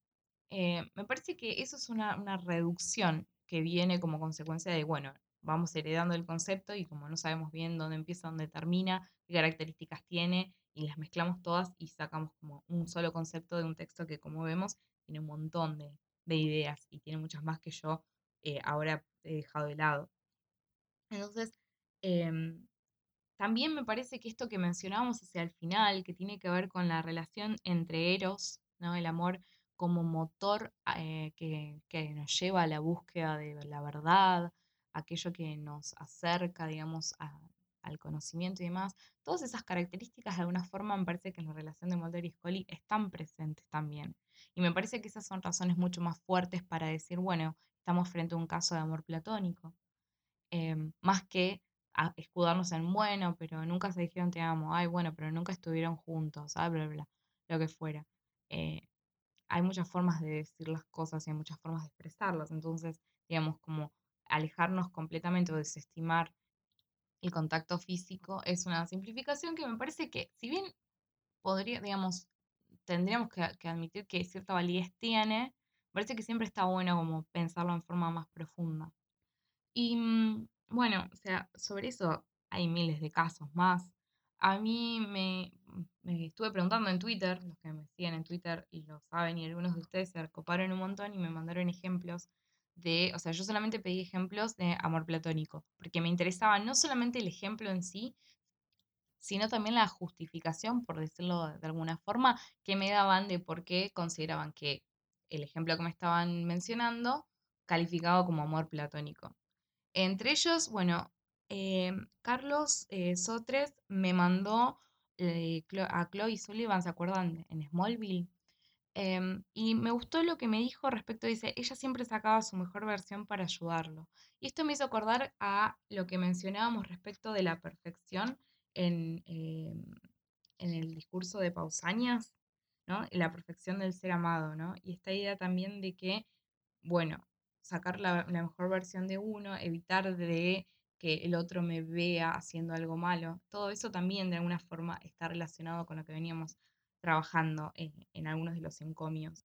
Eh, me parece que eso es una, una reducción que viene como consecuencia de, bueno, vamos heredando el concepto y como no sabemos bien dónde empieza, dónde termina, qué características tiene, y las mezclamos todas y sacamos como un solo concepto de un texto que, como vemos, tiene un montón de, de ideas y tiene muchas más que yo eh, ahora he dejado de lado. Entonces, em, también me parece que esto que mencionábamos hacia el final, que tiene que ver con la relación entre Eros, ¿no? El amor como motor eh, que, que nos lleva a la búsqueda de la verdad, aquello que nos acerca, digamos, a- al conocimiento y demás. Todas esas características de alguna forma me parece que en la relación de Mulder y Scully están presentes también. Y me parece que esas son razones mucho más fuertes para decir, bueno, estamos frente a un caso de amor platónico em, más que a- escudarnos en bueno, pero nunca se dijeron te amo, ay, bueno, pero nunca estuvieron juntos, ah, bla, bla, bla, lo que fuera. Eh, Hay muchas formas de decir las cosas y hay muchas formas de expresarlas, entonces, digamos, como alejarnos completamente o desestimar el contacto físico es una simplificación que me parece que, si bien podría, digamos, tendríamos que, que admitir que cierta validez tiene, me parece que siempre está bueno como pensarlo en forma más profunda. Y mm, bueno, o sea, sobre eso hay miles de casos más. A mí me, me estuve preguntando en Twitter, los que me siguen en Twitter y lo saben, y algunos de ustedes se recoparon un montón y me mandaron ejemplos de, o sea, yo solamente pedí ejemplos de amor platónico, porque me interesaba no solamente el ejemplo en sí, sino también la justificación, por decirlo de alguna forma, que me daban de por qué consideraban que el ejemplo que me estaban mencionando calificaba como amor platónico. Entre ellos, bueno, eh, Carlos eh, Sotres me mandó eh, Clo- a Chloe Sullivan, ¿se acuerdan? En Smallville. Em, y me gustó lo que me dijo respecto, dice, ella siempre sacaba su mejor versión para ayudarlo. Y esto me hizo acordar a lo que mencionábamos respecto de la perfección en, em, en el discurso de Pausanias, ¿no? La perfección del ser amado, ¿no? Y esta idea también de que, bueno, sacar la, la mejor versión de uno, evitar de que el otro me vea haciendo algo malo, todo eso también de alguna forma está relacionado con lo que veníamos trabajando en, en algunos de los encomios.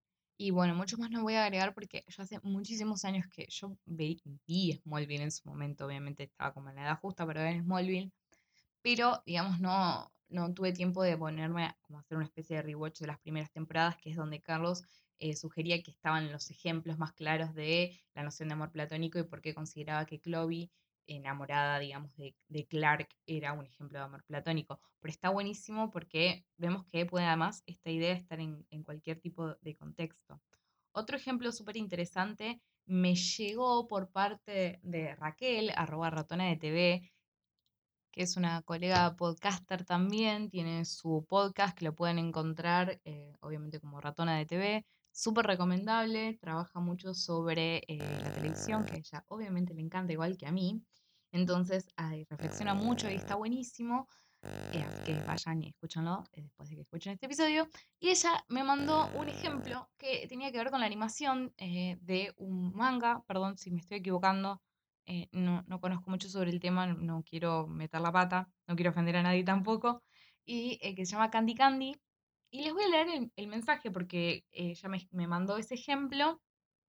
Y bueno, mucho más no voy a agregar porque yo hace muchísimos años que yo vi, vi Smallville en su momento, obviamente estaba como en la edad justa para ver Smallville, pero digamos no, no tuve tiempo de ponerme a como hacer una especie de rewatch de las primeras temporadas, que es donde Carlos eh, sugería que estaban los ejemplos más claros de la noción de amor platónico y por qué consideraba que Chloe, enamorada, digamos, de, de Clark, era un ejemplo de amor platónico. Pero está buenísimo porque vemos que puede además esta idea estar en, en cualquier tipo de contexto. Otro ejemplo súper interesante me llegó por parte de Raquel, arroba ratona de T V, que es una colega podcaster también, tiene su podcast que lo pueden encontrar eh, obviamente como Ratona de T V, súper recomendable, trabaja mucho sobre eh, la televisión, que a ella obviamente le encanta igual que a mí, entonces ay, reflexiona mucho y está buenísimo, eh, así que vayan y escúchenlo eh, después de que escuchen este episodio. Y ella me mandó un ejemplo que tenía que ver con la animación eh, de un manga, perdón si me estoy equivocando, eh, no, no conozco mucho sobre el tema, no, no quiero meter la pata, no quiero ofender a nadie tampoco, y eh, que se llama Candy Candy. Y les voy a leer el, el mensaje porque eh, ella me, me mandó ese ejemplo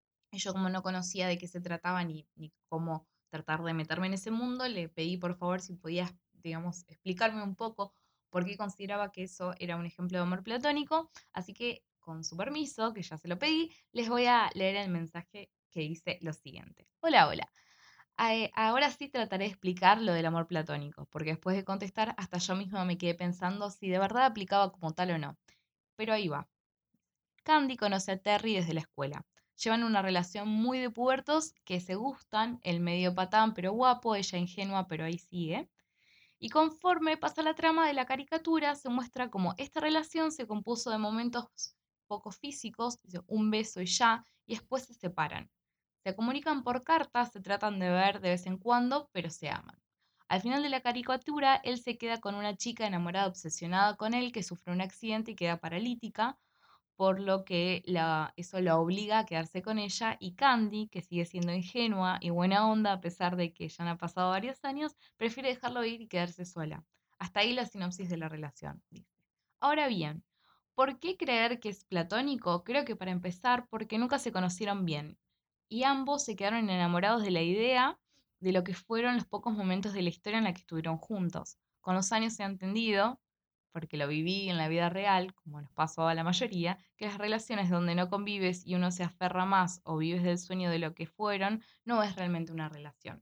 y yo como no conocía de qué se trataba ni, ni cómo tratar de meterme en ese mundo, le pedí por favor si podías, digamos, explicarme un poco por qué consideraba que eso era un ejemplo de amor platónico. Así que, con su permiso, que ya se lo pedí, les voy a leer el mensaje que dice lo siguiente. Hola, hola. Ay, ahora sí trataré de explicar lo del amor platónico, porque después de contestar, hasta yo misma me quedé pensando si de verdad aplicaba como tal o no. Pero ahí va. Candy conoce a Terry desde la escuela. llevan una relación muy de pubertos que se gustan, el medio patán pero guapo, ella ingenua pero ahí sigue. Y conforme pasa la trama de la caricatura, se muestra como esta relación se compuso de momentos poco físicos, un beso y ya, y después se separan. Se comunican por cartas, se tratan de ver de vez en cuando, pero se aman. Al final de la caricatura, él se queda con una chica enamorada, obsesionada con él, que sufre un accidente y queda paralítica, por lo que la, eso la obliga a quedarse con ella, y Candy, que sigue siendo ingenua y buena onda a pesar de que ya han pasado varios años, prefiere dejarlo ir y quedarse sola. Hasta ahí la sinopsis de la relación, dice. Ahora bien, ¿por qué creer que es platónico? Creo que para empezar, porque nunca se conocieron bien, y ambos se quedaron enamorados de la idea de lo que fueron los pocos momentos de la historia en la que estuvieron juntos. Con los años se ha entendido, porque lo viví en la vida real, como nos pasó a la mayoría, que las relaciones donde no convives y uno se aferra más o vives del sueño de lo que fueron, no es realmente una relación.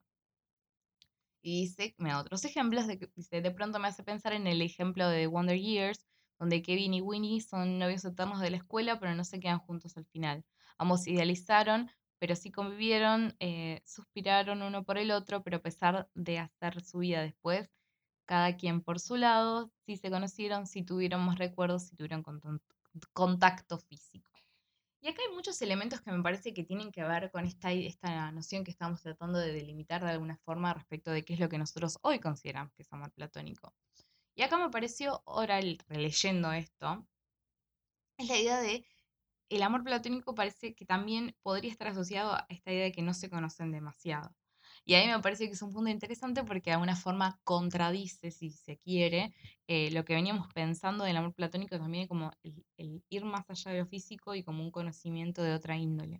Y dice, me da otros ejemplos, de que dice, de pronto me hace pensar en el ejemplo de Wonder Years, donde Kevin y Winnie son novios eternos de la escuela, pero no se quedan juntos al final. Ambos idealizaron, pero sí convivieron, eh, suspiraron uno por el otro, pero a pesar de hacer su vida después, cada quien por su lado, sí se conocieron, sí tuvieron más recuerdos, sí tuvieron contan- contacto físico. Y acá hay muchos elementos que me parece que tienen que ver con esta, esta noción que estamos tratando de delimitar de alguna forma respecto de qué es lo que nosotros hoy consideramos que es amor platónico. Y acá me pareció, ahora releyendo esto, es la idea de el amor platónico parece que también podría estar asociado a esta idea de que no se conocen demasiado. Y ahí me parece que es un punto interesante porque de alguna forma contradice, si se quiere, eh, lo que veníamos pensando del amor platónico también como el, el ir más allá de lo físico y como un conocimiento de otra índole.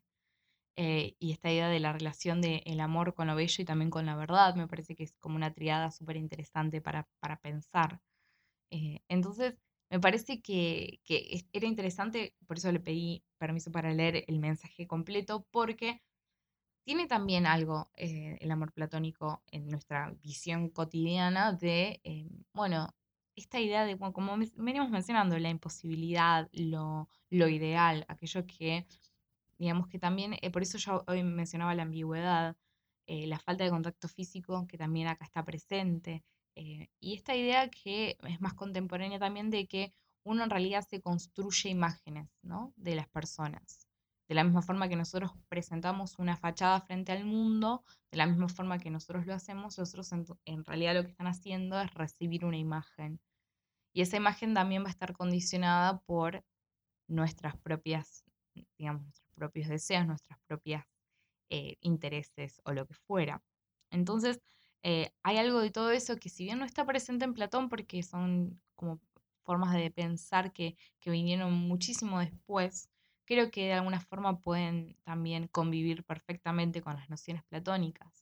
Eh, y esta idea de la relación del amor con lo bello y también con la verdad, me parece que es como una triada súper interesante para, para pensar. Eh, entonces, me parece que, que es- era interesante, por eso le pedí permiso para leer el mensaje completo, porque tiene también algo, eh, el amor platónico en nuestra visión cotidiana de, eh, bueno, esta idea de, bueno, como mes- venimos mencionando, la imposibilidad, lo, lo ideal, aquello que, digamos que también, eh, por eso yo hoy mencionaba la ambigüedad, eh, la falta de contacto físico, que también acá está presente, eh, y esta idea que es más contemporánea también de que uno en realidad se construye imágenes, ¿no? De las personas. De la misma forma que nosotros presentamos una fachada frente al mundo, de la misma forma que nosotros lo hacemos, los otros en, en realidad lo que están haciendo es recibir una imagen. Y esa imagen también va a estar condicionada por nuestras propias, digamos, nuestros propios deseos, nuestras propias eh, intereses o lo que fuera. Entonces, eh, hay algo de todo eso que si bien no está presente en Platón, porque son como formas de pensar que, que vinieron muchísimo después, creo que de alguna forma pueden también convivir perfectamente con las nociones platónicas.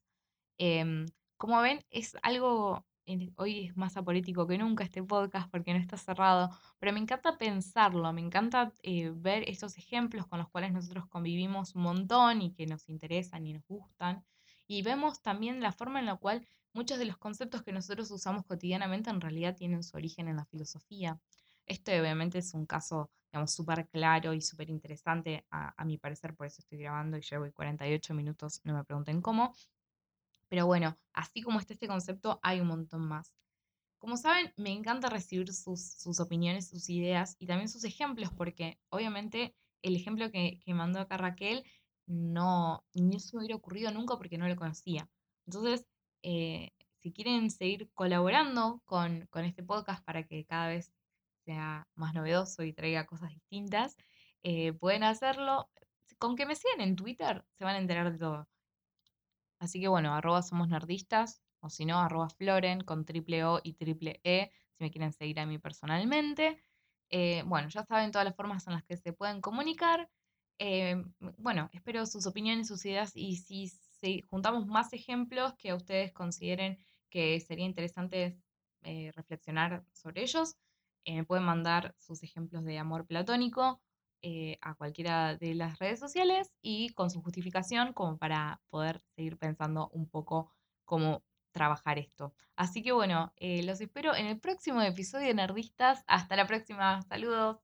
Em, como ven, es algo, en- hoy es más apolítico que nunca este podcast porque no está cerrado, pero me encanta pensarlo, me encanta eh, ver estos ejemplos con los cuales nosotros convivimos un montón y que nos interesan y nos gustan. Y vemos también la forma en la cual muchos de los conceptos que nosotros usamos cotidianamente en realidad tienen su origen en la filosofía. Este obviamente es un caso, digamos, súper claro y súper interesante a, a mi parecer, por eso estoy grabando y llevo cuarenta y ocho minutos, no me pregunten cómo. Pero bueno, así como está este concepto, hay un montón más. Como saben, me encanta recibir sus, sus opiniones, sus ideas y también sus ejemplos, porque obviamente el ejemplo que, que mandó acá Raquel no, ni se me hubiera ocurrido nunca porque no lo conocía. Entonces, eh, si quieren seguir colaborando con, con este podcast para que cada vez sea más novedoso y traiga cosas distintas, eh, pueden hacerlo. Con que me sigan en Twitter, se van a enterar de todo. Así que bueno, arroba somos nerdistas, o si no, arroba Floren con triple O y triple E, si me quieren seguir a mí personalmente. Eh, bueno, ya saben todas las formas en las que se pueden comunicar. Eh, bueno, espero sus opiniones, sus ideas y si, si juntamos más ejemplos que a ustedes consideren que sería interesante eh, reflexionar sobre ellos, eh, me pueden mandar sus ejemplos de amor platónico eh, a cualquiera de las redes sociales y con su justificación como para poder seguir pensando un poco cómo trabajar esto. Así que bueno, eh, los espero en el próximo episodio de Nerdistas. Hasta la próxima. Saludos.